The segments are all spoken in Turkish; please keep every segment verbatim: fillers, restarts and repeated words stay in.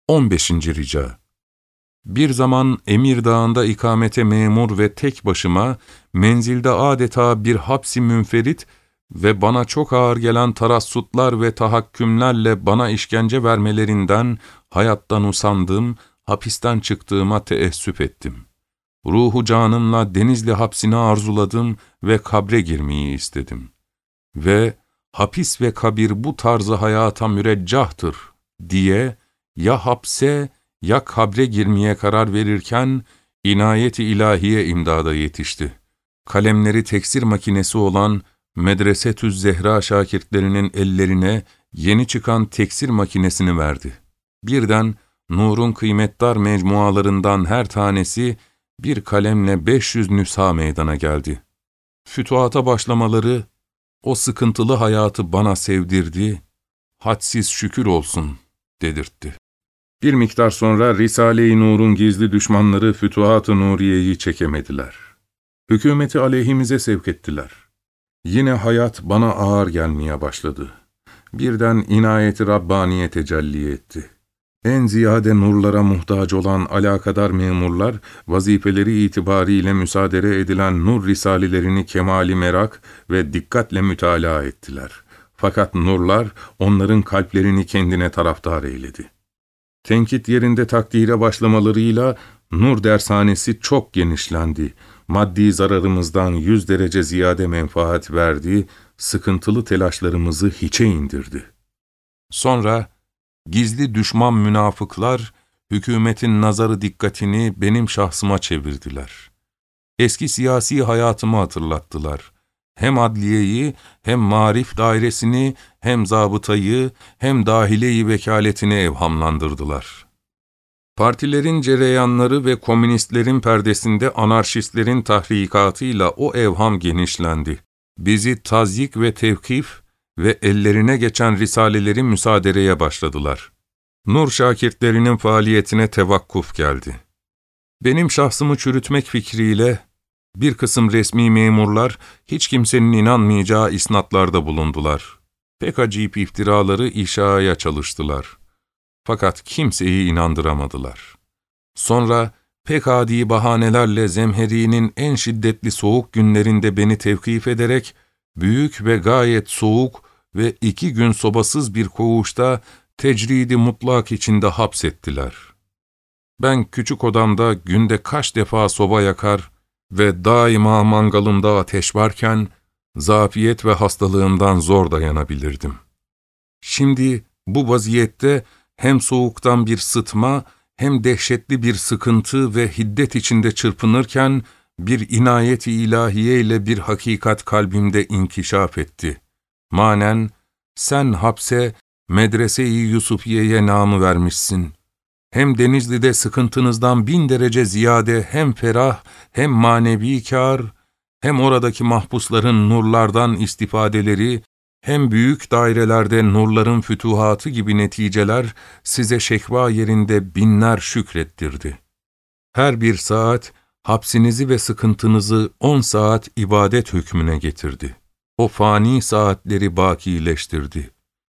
on beşinci Rica. Bir zaman Emir Dağı'nda ikamete memur ve tek başıma, menzilde adeta bir hapsi münferit ve bana çok ağır gelen tarassutlar ve tahakkümlerle bana işkence vermelerinden, hayattan usandım, hapisten çıktığıma teessüp ettim. Ruhu canımla Denizli hapsini arzuladım ve kabre girmeyi istedim. Ve hapis ve kabir bu tarzı hayata müreccahtır diye ya hapse ya kabre girmeye karar verirken inayet-i ilahiye imdada yetişti. Kalemleri teksir makinesi olan Medresetüz Zehra şakirtlerinin ellerine yeni çıkan teksir makinesini verdi. Birden Nur'un kıymetdar mecmualarından her tanesi bir kalemle beş yüz nüsha meydana geldi. Fütuhata başlamaları o sıkıntılı hayatı bana sevdirdi, hadsiz şükür olsun dedirtti. Bir miktar sonra Risale-i Nur'un gizli düşmanları Fütuhat-ı Nuriye'yi çekemediler. Hükümeti aleyhimize sevk ettiler. Yine hayat bana ağır gelmeye başladı. Birden inayeti Rabbaniye tecelli etti. En ziyade nurlara muhtaç olan alakadar memurlar, vazifeleri itibariyle müsaade edilen nur risalelerini kemali merak ve dikkatle mütalaa ettiler. Fakat nurlar onların kalplerini kendine taraftar eyledi. Tenkit yerinde takdire başlamalarıyla nur dershanesi çok genişlendi. Maddi zararımızdan yüz derece ziyade menfaat verdi, sıkıntılı telaşlarımızı hiçe indirdi. Sonra gizli düşman münafıklar, hükümetin nazarı dikkatini benim şahsıma çevirdiler. Eski siyasi hayatımı hatırlattılar. Hem adliyeyi, hem marif dairesini, hem zabıtayı, hem dahile-i vekaletini evhamlandırdılar. Partilerin cereyanları ve komünistlerin perdesinde anarşistlerin tahrikatıyla o evham genişlendi. Bizi tazyik ve tevkif ve ellerine geçen risaleleri müsadereye başladılar. Nur şakirtlerinin faaliyetine tevakkuf geldi. Benim şahsımı çürütmek fikriyle bir kısım resmi memurlar hiç kimsenin inanmayacağı isnatlarda bulundular. Pek acayip iftiraları işaya çalıştılar. Fakat kimseyi inandıramadılar. Sonra pek adi bahanelerle Zemheri'nin en şiddetli soğuk günlerinde beni tevkif ederek büyük ve gayet soğuk ve iki gün sobasız bir koğuşta tecridi mutlak içinde hapsettiler. Ben küçük odamda günde kaç defa soba yakar ve daima mangalımda ateş varken zafiyet ve hastalığımdan zor dayanabilirdim. Şimdi bu vaziyette hem soğuktan bir sıtma hem dehşetli bir sıkıntı ve hiddet içinde çırpınırken bir inayet-i ilahiye ile bir hakikat kalbimde inkişaf etti. Manen, sen hapse Medrese-i Yusufiye'ye namı vermişsin. Hem Denizli'de sıkıntınızdan bin derece ziyade hem ferah hem manevi kâr, hem oradaki mahpusların nurlardan istifadeleri, hem büyük dairelerde nurların fütuhatı gibi neticeler size şekva yerinde binler şükrettirdi. Her bir saat hapsinizi ve sıkıntınızı on saat ibadet hükmüne getirdi. O fani saatleri bakileştirdi.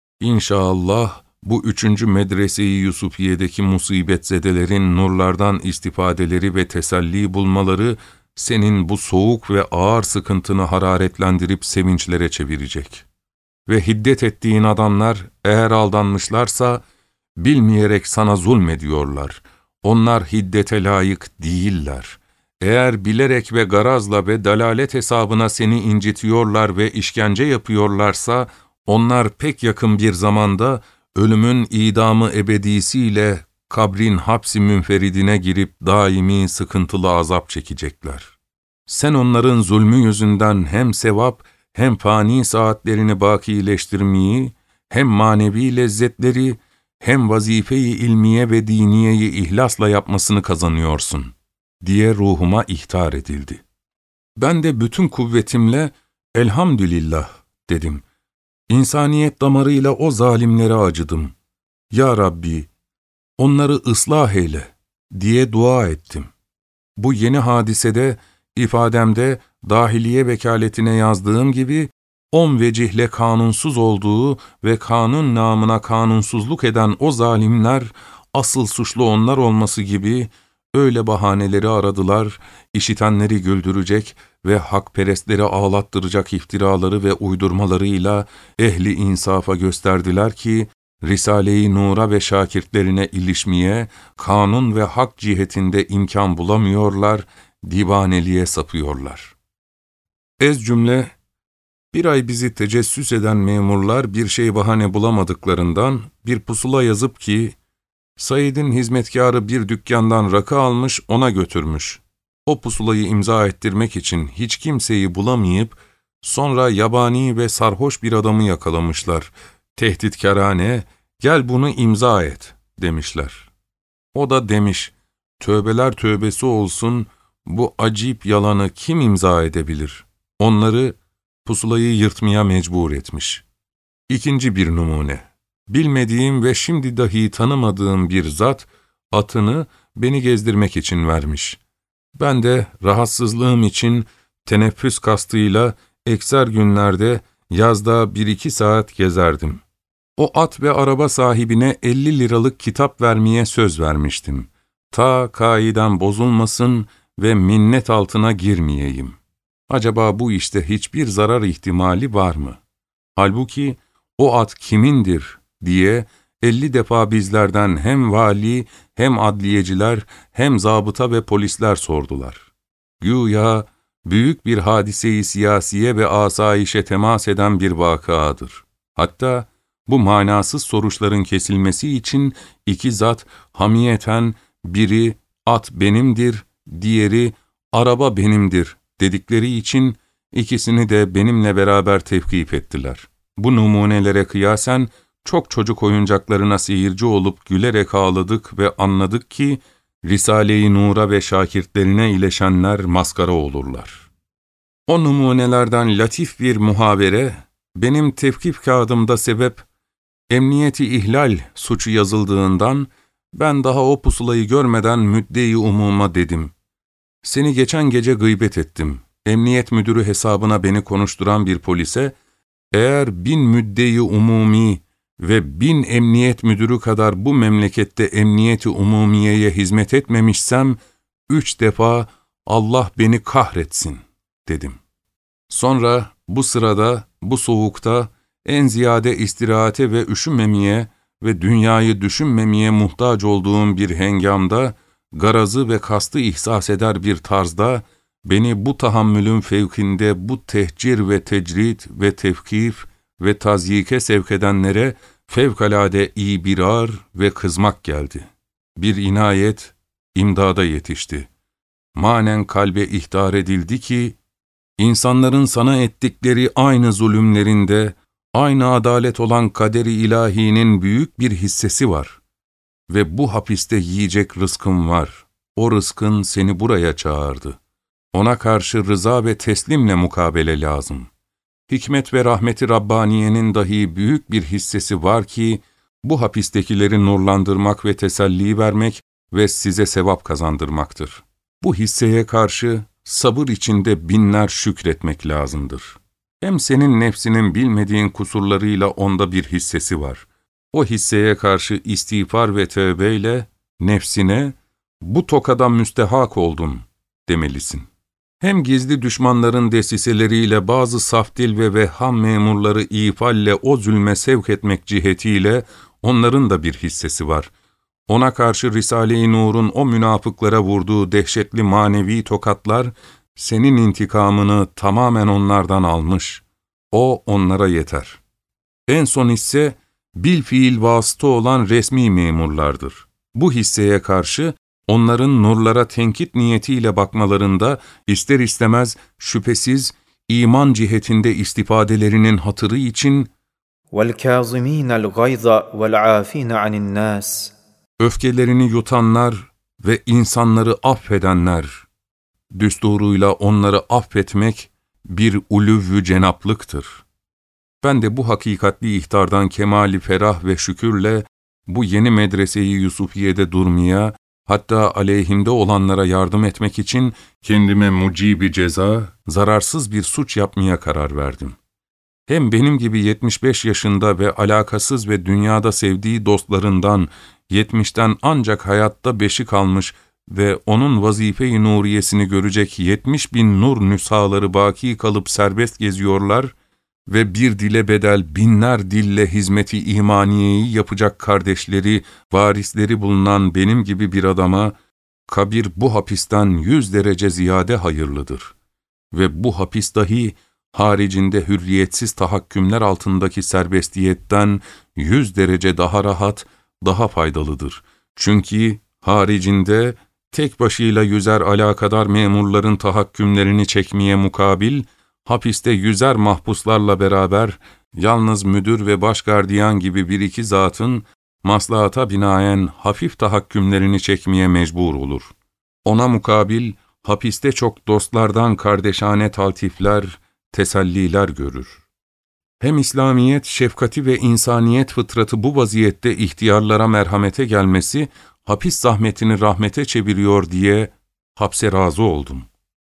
İnşallah bu üçüncü Medrese-i Yusufiye'deki musibetzedelerin nurlardan istifadeleri ve teselli bulmaları senin bu soğuk ve ağır sıkıntını hararetlendirip sevinçlere çevirecek. Ve hiddet ettiğin adamlar eğer aldanmışlarsa bilmeyerek sana zulmediyorlar. Onlar hiddete layık değiller. Eğer bilerek ve garazla ve dalalet hesabına seni incitiyorlar ve işkence yapıyorlarsa onlar pek yakın bir zamanda ölümün idamı ebedisiyle kabrin hapsi münferidine girip daimi sıkıntılı azap çekecekler. Sen onların zulmü yüzünden hem sevap hem fani saatlerini bakileştirmeyi, hem manevi lezzetleri, hem vazife-i ilmiye ve diniyeyi ihlasla yapmasını kazanıyorsun, diye ruhuma ihtar edildi. Ben de bütün kuvvetimle, elhamdülillah, dedim. İnsaniyet damarıyla o zalimlere acıdım. Ya Rabbi, onları ıslah eyle, diye dua ettim. Bu yeni hadisede, ifademde, dahiliye vekaletine yazdığım gibi, on vecihle kanunsuz olduğu ve kanun namına kanunsuzluk eden o zalimler, asıl suçlu onlar olması gibi öyle bahaneleri aradılar, işitenleri güldürecek ve hakperestleri ağlattıracak iftiraları ve uydurmalarıyla ehli insafa gösterdiler ki, Risale-i Nur'a ve şakirtlerine ilişmeye, kanun ve hak cihetinde imkan bulamıyorlar, divaneliğe sapıyorlar. Ez cümle, bir ay bizi tecessüs eden memurlar bir şey bahane bulamadıklarından bir pusula yazıp ki, Said'in hizmetkarı bir dükkandan rakı almış, ona götürmüş. O pusulayı imza ettirmek için hiç kimseyi bulamayıp, sonra yabani ve sarhoş bir adamı yakalamışlar. Tehditkârane, gel bunu imza et, demişler. O da demiş, tövbeler tövbesi olsun, bu acip yalanı kim imza edebilir? Onları pusulayı yırtmaya mecbur etmiş. İkinci bir numune. Bilmediğim ve şimdi dahi tanımadığım bir zat, atını beni gezdirmek için vermiş. Ben de rahatsızlığım için teneffüs kastıyla ekser günlerde yazda bir iki saat gezerdim. O at ve araba sahibine elli liralık kitap vermeye söz vermiştim. Ta kaiden bozulmasın ve minnet altına girmeyeyim. Acaba bu işte hiçbir zarar ihtimali var mı? Halbuki o at kimindir diye elli defa bizlerden hem vali, hem adliyeciler, hem zabıta ve polisler sordular. Güya büyük bir hadise-i siyasiye ve asayişe temas eden bir vakıadır. Hatta bu manasız soruşların kesilmesi için iki zat hamiyeten biri at benimdir, diğeri araba benimdir dedikleri için ikisini de benimle beraber tevkif ettiler. Bu numunelere kıyasen çok çocuk oyuncaklarına seyirci olup gülerek ağladık ve anladık ki Risale-i Nur'a ve şakirtlerine ileşenler maskara olurlar. O numunelerden latif bir muhabere, benim tevkif kağıdımda sebep, emniyeti ihlal suçu yazıldığından, ben daha o pusulayı görmeden müdde-i umuma dedim. Seni geçen gece gıybet ettim. Emniyet müdürü hesabına beni konuşturan bir polise, eğer bin müdde-i umumi ve bin emniyet müdürü kadar bu memlekette emniyeti umumiyeye hizmet etmemişsem, üç defa Allah beni kahretsin, dedim. Sonra bu sırada, bu soğukta, en ziyade istirahate ve üşümemeye ve dünyayı düşünmemeye muhtaç olduğum bir hengamda, garazı ve kastı ihsas eder bir tarzda, beni bu tahammülün fevkinde bu tehcir ve tecrid ve tevkif ve tazyike sevk edenlere fevkalade ibirar ve kızmak geldi. Bir inayet, imdada yetişti. Manen kalbe ihtar edildi ki, insanların sana ettikleri aynı zulümlerinde, aynı adalet olan kader-i ilahinin büyük bir hissesi var. Ve bu hapiste yiyecek rızkın var. O rızkın seni buraya çağırdı. Ona karşı rıza ve teslimle mukabele lazım. Hikmet ve rahmeti Rabbaniye'nin dahi büyük bir hissesi var ki, bu hapistekileri nurlandırmak ve teselli vermek ve size sevap kazandırmaktır. Bu hisseye karşı sabır içinde binler şükretmek lazımdır. Hem senin nefsinin bilmediğin kusurlarıyla onda bir hissesi var. O hisseye karşı istiğfar ve tövbeyle nefsine, bu tokada müstehak oldum demelisin. Hem gizli düşmanların desiseleriyle bazı safdil ve vehham memurları ifalle o zulme sevk etmek cihetiyle onların da bir hissesi var. Ona karşı Risale-i Nur'un o münafıklara vurduğu dehşetli manevi tokatlar, senin intikamını tamamen onlardan almış. O onlara yeter. En son hisse, bilfiil vasıta olan resmi memurlardır. Bu hisseye karşı, onların nurlara tenkit niyetiyle bakmalarında ister istemez şüphesiz iman cihetinde istifadelerinin hatırı için وَالْكَاظِم۪ينَ الْغَيْظَ وَالْعَاف۪ينَ عَنِ النَّاسِ öfkelerini yutanlar ve insanları affedenler, düsturuyla onları affetmek bir ulûv-ü cenaplıktır. Ben de bu hakikatli ihtardan kemali ferah ve şükürle bu yeni medreseyi Yusufiye'de durmaya, hatta aleyhimde olanlara yardım etmek için kendime mucibi ceza, zararsız bir suç yapmaya karar verdim. Hem benim gibi yetmiş beş yaşında ve alakasız ve dünyada sevdiği dostlarından, yetmişten ancak hayatta beşi kalmış ve onun vazife-i nuriyesini görecek yetmiş bin nur nüshaları baki kalıp serbest geziyorlar ve bir dile bedel binler dille hizmeti imaniyeyi yapacak kardeşleri, varisleri bulunan benim gibi bir adama, kabir bu hapisten yüz derece ziyade hayırlıdır. Ve bu hapis dahi, haricinde hürriyetsiz tahakkümler altındaki serbestiyetten yüz derece daha rahat, daha faydalıdır. Çünkü haricinde tek başıyla yüzer alakadar memurların tahakkümlerini çekmeye mukabil, hapiste yüzer mahpuslarla beraber, yalnız müdür ve başgardiyan gibi bir iki zatın, maslahata binaen hafif tahakkümlerini çekmeye mecbur olur. Ona mukabil, hapiste çok dostlardan kardeşane taltifler, teselliler görür. Hem İslamiyet, şefkati ve insaniyet fıtratı bu vaziyette ihtiyarlara merhamete gelmesi, hapis zahmetini rahmete çeviriyor diye hapse razı oldum.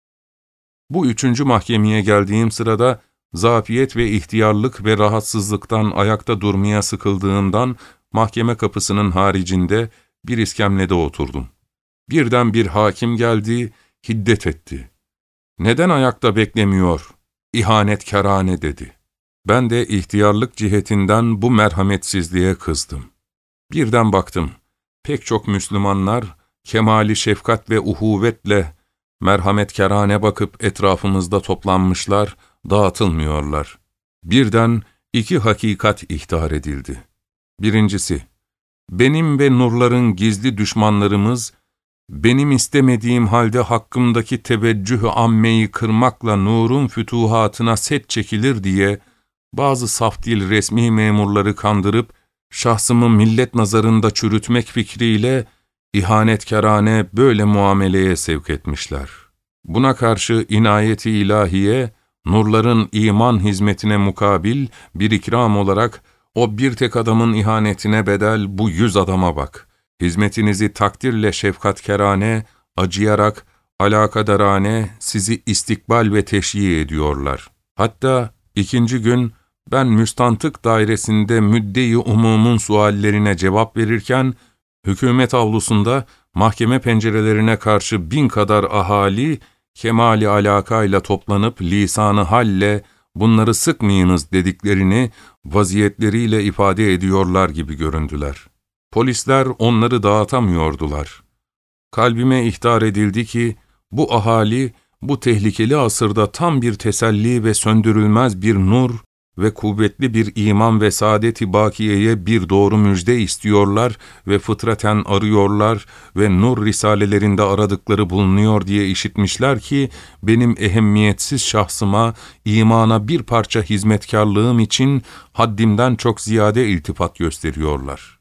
Bu üçüncü mahkemeye geldiğim sırada, zafiyet ve ihtiyarlık ve rahatsızlıktan ayakta durmaya sıkıldığımdan, mahkeme kapısının haricinde bir iskemlede oturdum. Birden bir hakim geldi, hiddet etti. "Neden ayakta beklemiyor? İhanetkârane" dedi. Ben de ihtiyarlık cihetinden bu merhametsizliğe kızdım. Birden baktım, pek çok Müslümanlar, kemali şefkat ve uhuvvetle, merhametkârane bakıp etrafımızda toplanmışlar, dağıtılmıyorlar. Birden iki hakikat ihtar edildi. Birincisi, benim ve nurların gizli düşmanlarımız, benim istemediğim halde hakkımdaki teveccüh-ü ammeyi kırmakla nurun fütuhatına set çekilir diye, bazı safdil resmi memurları kandırıp, şahsımı millet nazarında çürütmek fikriyle, ihanetkârane böyle muameleye sevk etmişler. Buna karşı inayeti ilahiye, nurların iman hizmetine mukabil bir ikram olarak, o bir tek adamın ihanetine bedel bu yüz adama bak. Hizmetinizi takdirle şefkatkârane, acıyarak, alakadarane sizi istikbal ve teşyi ediyorlar. Hatta ikinci gün ben müstantık dairesinde müdde-i umumun suallerine cevap verirken, hükümet avlusunda mahkeme pencerelerine karşı bin kadar ahali, kemali alakayla toplanıp lisan-ı halle, bunları sıkmayınız dediklerini vaziyetleriyle ifade ediyorlar gibi göründüler. Polisler onları dağıtamıyordular. Kalbime ihtar edildi ki, bu ahali, bu tehlikeli asırda tam bir teselli ve söndürülmez bir nur ve kuvvetli bir iman ve saadet-i bakiyeye bir doğru müjde istiyorlar ve fıtraten arıyorlar ve nur risalelerinde aradıkları bulunuyor diye işitmişler ki, benim ehemmiyetsiz şahsıma, imana bir parça hizmetkarlığım için haddimden çok ziyade iltifat gösteriyorlar.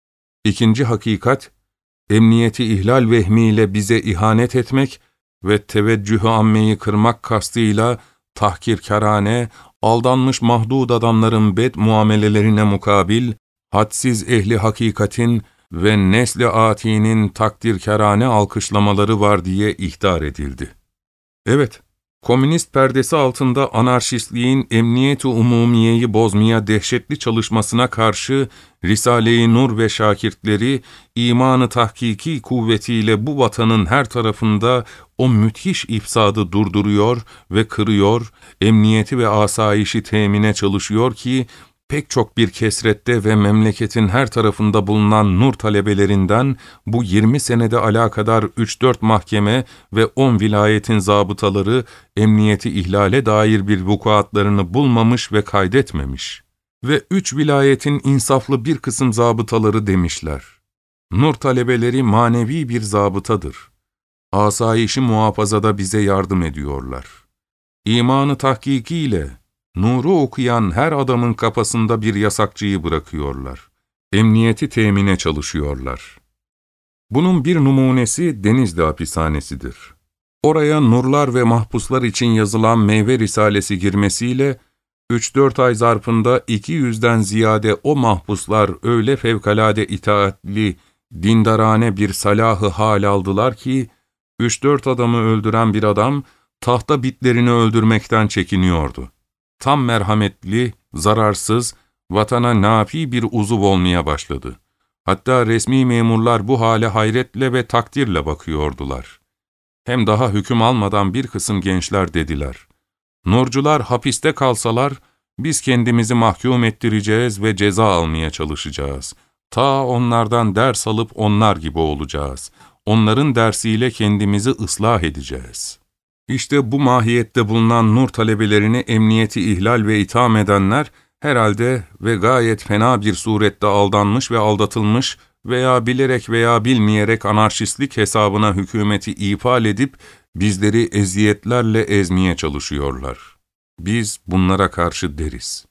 İkinci hakikat, emniyeti ihlal vehmiyle bize ihanet etmek ve teveccüh-ü ammeyi kırmak kastıyla tahkirkârane, aldanmış mahdud adamların bed muamelelerine mukabil, hadsiz ehli hakikatin ve nesli âtinin takdirkârane alkışlamaları var diye ihtar edildi. Evet, komünist perdesi altında anarşistliğin emniyet-i umumiyeyi bozmaya dehşetli çalışmasına karşı Risale-i Nur ve şakirtleri imanı tahkiki kuvvetiyle bu vatanın her tarafında o müthiş ifsadı durduruyor ve kırıyor, emniyeti ve asayişi temine çalışıyor ki pek çok bir kesrette ve memleketin her tarafında bulunan nur talebelerinden bu yirmi senede alakadar üç dört mahkeme ve on vilayetin zabıtaları emniyeti ihlale dair bir vukuatlarını bulmamış ve kaydetmemiş. Ve üç vilayetin insaflı bir kısım zabıtaları demişler. Nur talebeleri manevi bir zabıtadır. Asayişi muhafazada bize yardım ediyorlar. İmanı tahkikiyle, nuru okuyan her adamın kafasında bir yasakçıyı bırakıyorlar. Emniyeti temine çalışıyorlar. Bunun bir numunesi Denizli hapishanesidir. Oraya nurlar ve mahpuslar için yazılan meyve risalesi girmesiyle, üç dört ay zarfında iki yüzden ziyade o mahpuslar öyle fevkalade itaatli, dindarane bir salahı hal aldılar ki, üç dört adamı öldüren bir adam, tahta bitlerini öldürmekten çekiniyordu. tam merhametli, zararsız, vatana nafi bir uzuv olmaya başladı. Hatta resmi memurlar bu hale hayretle ve takdirle bakıyordular. Hem daha hüküm almadan bir kısım gençler dediler: "Nurcular hapiste kalsalar, biz kendimizi mahkum ettireceğiz ve ceza almaya çalışacağız. Ta onlardan ders alıp onlar gibi olacağız. Onların dersiyle kendimizi ıslah edeceğiz." İşte bu mahiyette bulunan nur talebelerini emniyeti ihlal ve itham edenler, herhalde ve gayet fena bir surette aldanmış ve aldatılmış veya bilerek veya bilmeyerek anarşistlik hesabına hükümeti ifade edip bizleri eziyetlerle ezmeye çalışıyorlar. Biz bunlara karşı deriz: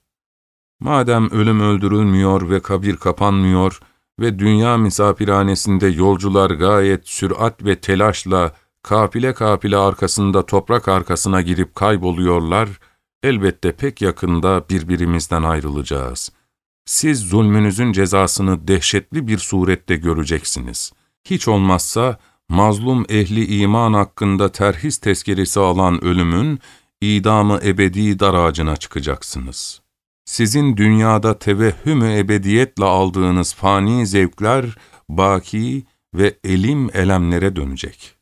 madem ölüm öldürülmüyor ve kabir kapanmıyor ve dünya misafirhanesinde yolcular gayet sürat ve telaşla kafile kafile arkasında toprak arkasına girip kayboluyorlar, elbette pek yakında birbirimizden ayrılacağız. Siz zulmünüzün cezasını dehşetli bir surette göreceksiniz. Hiç olmazsa mazlum ehli iman hakkında terhis tezkeresi alan ölümün idamı ebedi daracına çıkacaksınız. Sizin dünyada tevehhüm-ü ebediyetle aldığınız fani zevkler baki ve elim elemlere dönecek.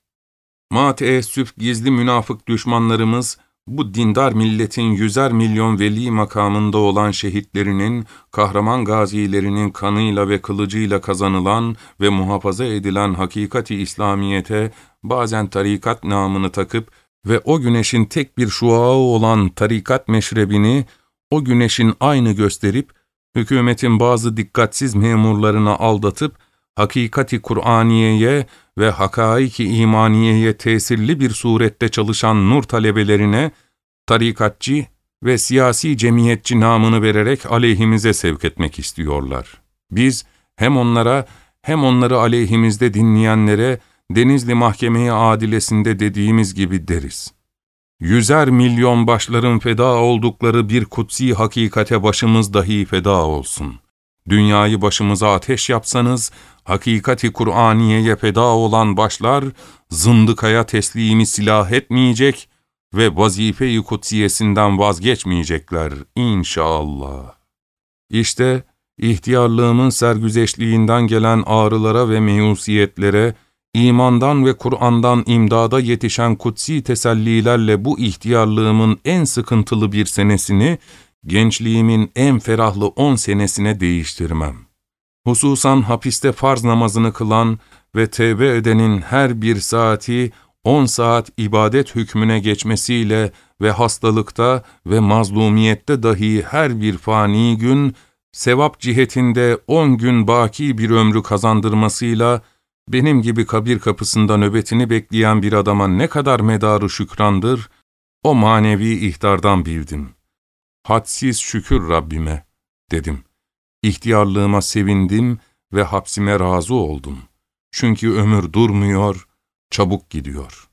Ma teessüf gizli münafık düşmanlarımız, bu dindar milletin yüzer milyon veli makamında olan şehitlerinin, kahraman gazilerinin kanıyla ve kılıcıyla kazanılan ve muhafaza edilen hakikati İslamiyete bazen tarikat namını takıp ve o güneşin tek bir şuağı olan tarikat meşrebini o güneşin aynı gösterip, hükümetin bazı dikkatsiz memurlarına aldatıp, hakikati Kur'aniye'ye ve hakaiki imaniyeye tesirli bir surette çalışan nur talebelerine, tarikatçı ve siyasi cemiyetçi namını vererek aleyhimize sevk etmek istiyorlar. Biz hem onlara hem onları aleyhimizde dinleyenlere Denizli Mahkeme-i Adilesi'nde dediğimiz gibi deriz: yüzer milyon başların feda oldukları bir kutsi hakikate başımız dahi feda olsun. Dünyayı başımıza ateş yapsanız, hakikati Kur'aniye'ye feda olan başlar, zındıkaya teslimi silah etmeyecek ve vazife-i kutsiyesinden vazgeçmeyecekler inşallah. İşte ihtiyarlığımın sergüzeşliğinden gelen ağrılara ve meyusiyetlere, imandan ve Kur'an'dan imdada yetişen kutsi tesellilerle bu ihtiyarlığımın en sıkıntılı bir senesini, gençliğimin en ferahlı on senesine değiştirmem. Hususan hapiste farz namazını kılan ve tevbe edenin her bir saati on saat ibadet hükmüne geçmesiyle ve hastalıkta ve mazlumiyette dahi her bir fani gün, sevap cihetinde on gün baki bir ömrü kazandırmasıyla, benim gibi kabir kapısında nöbetini bekleyen bir adama ne kadar medarı şükrandır, o manevi ihtardan bildim. Hadsiz şükür Rabbime, dedim. İhtiyarlığıma sevindim ve hapsime razı oldum. Çünkü ömür durmuyor, çabuk gidiyor.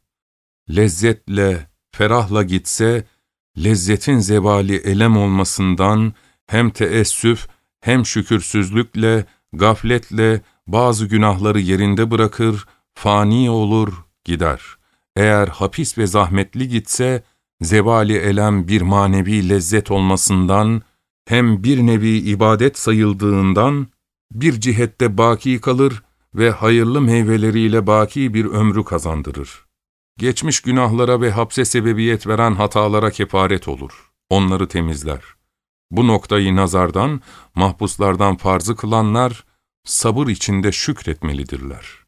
Lezzetle, ferahla gitse, lezzetin zevali elem olmasından hem teessüf hem şükürsüzlükle, gafletle bazı günahları yerinde bırakır, fani olur, gider. Eğer hapis ve zahmetli gitse, zevali elem bir manevi lezzet olmasından, hem bir nevi ibadet sayıldığından, bir cihette baki kalır ve hayırlı meyveleriyle baki bir ömrü kazandırır. Geçmiş günahlara ve hapse sebebiyet veren hatalara kefaret olur, onları temizler. Bu noktayı nazardan, mahpuslardan farzı kılanlar, sabır içinde şükretmelidirler.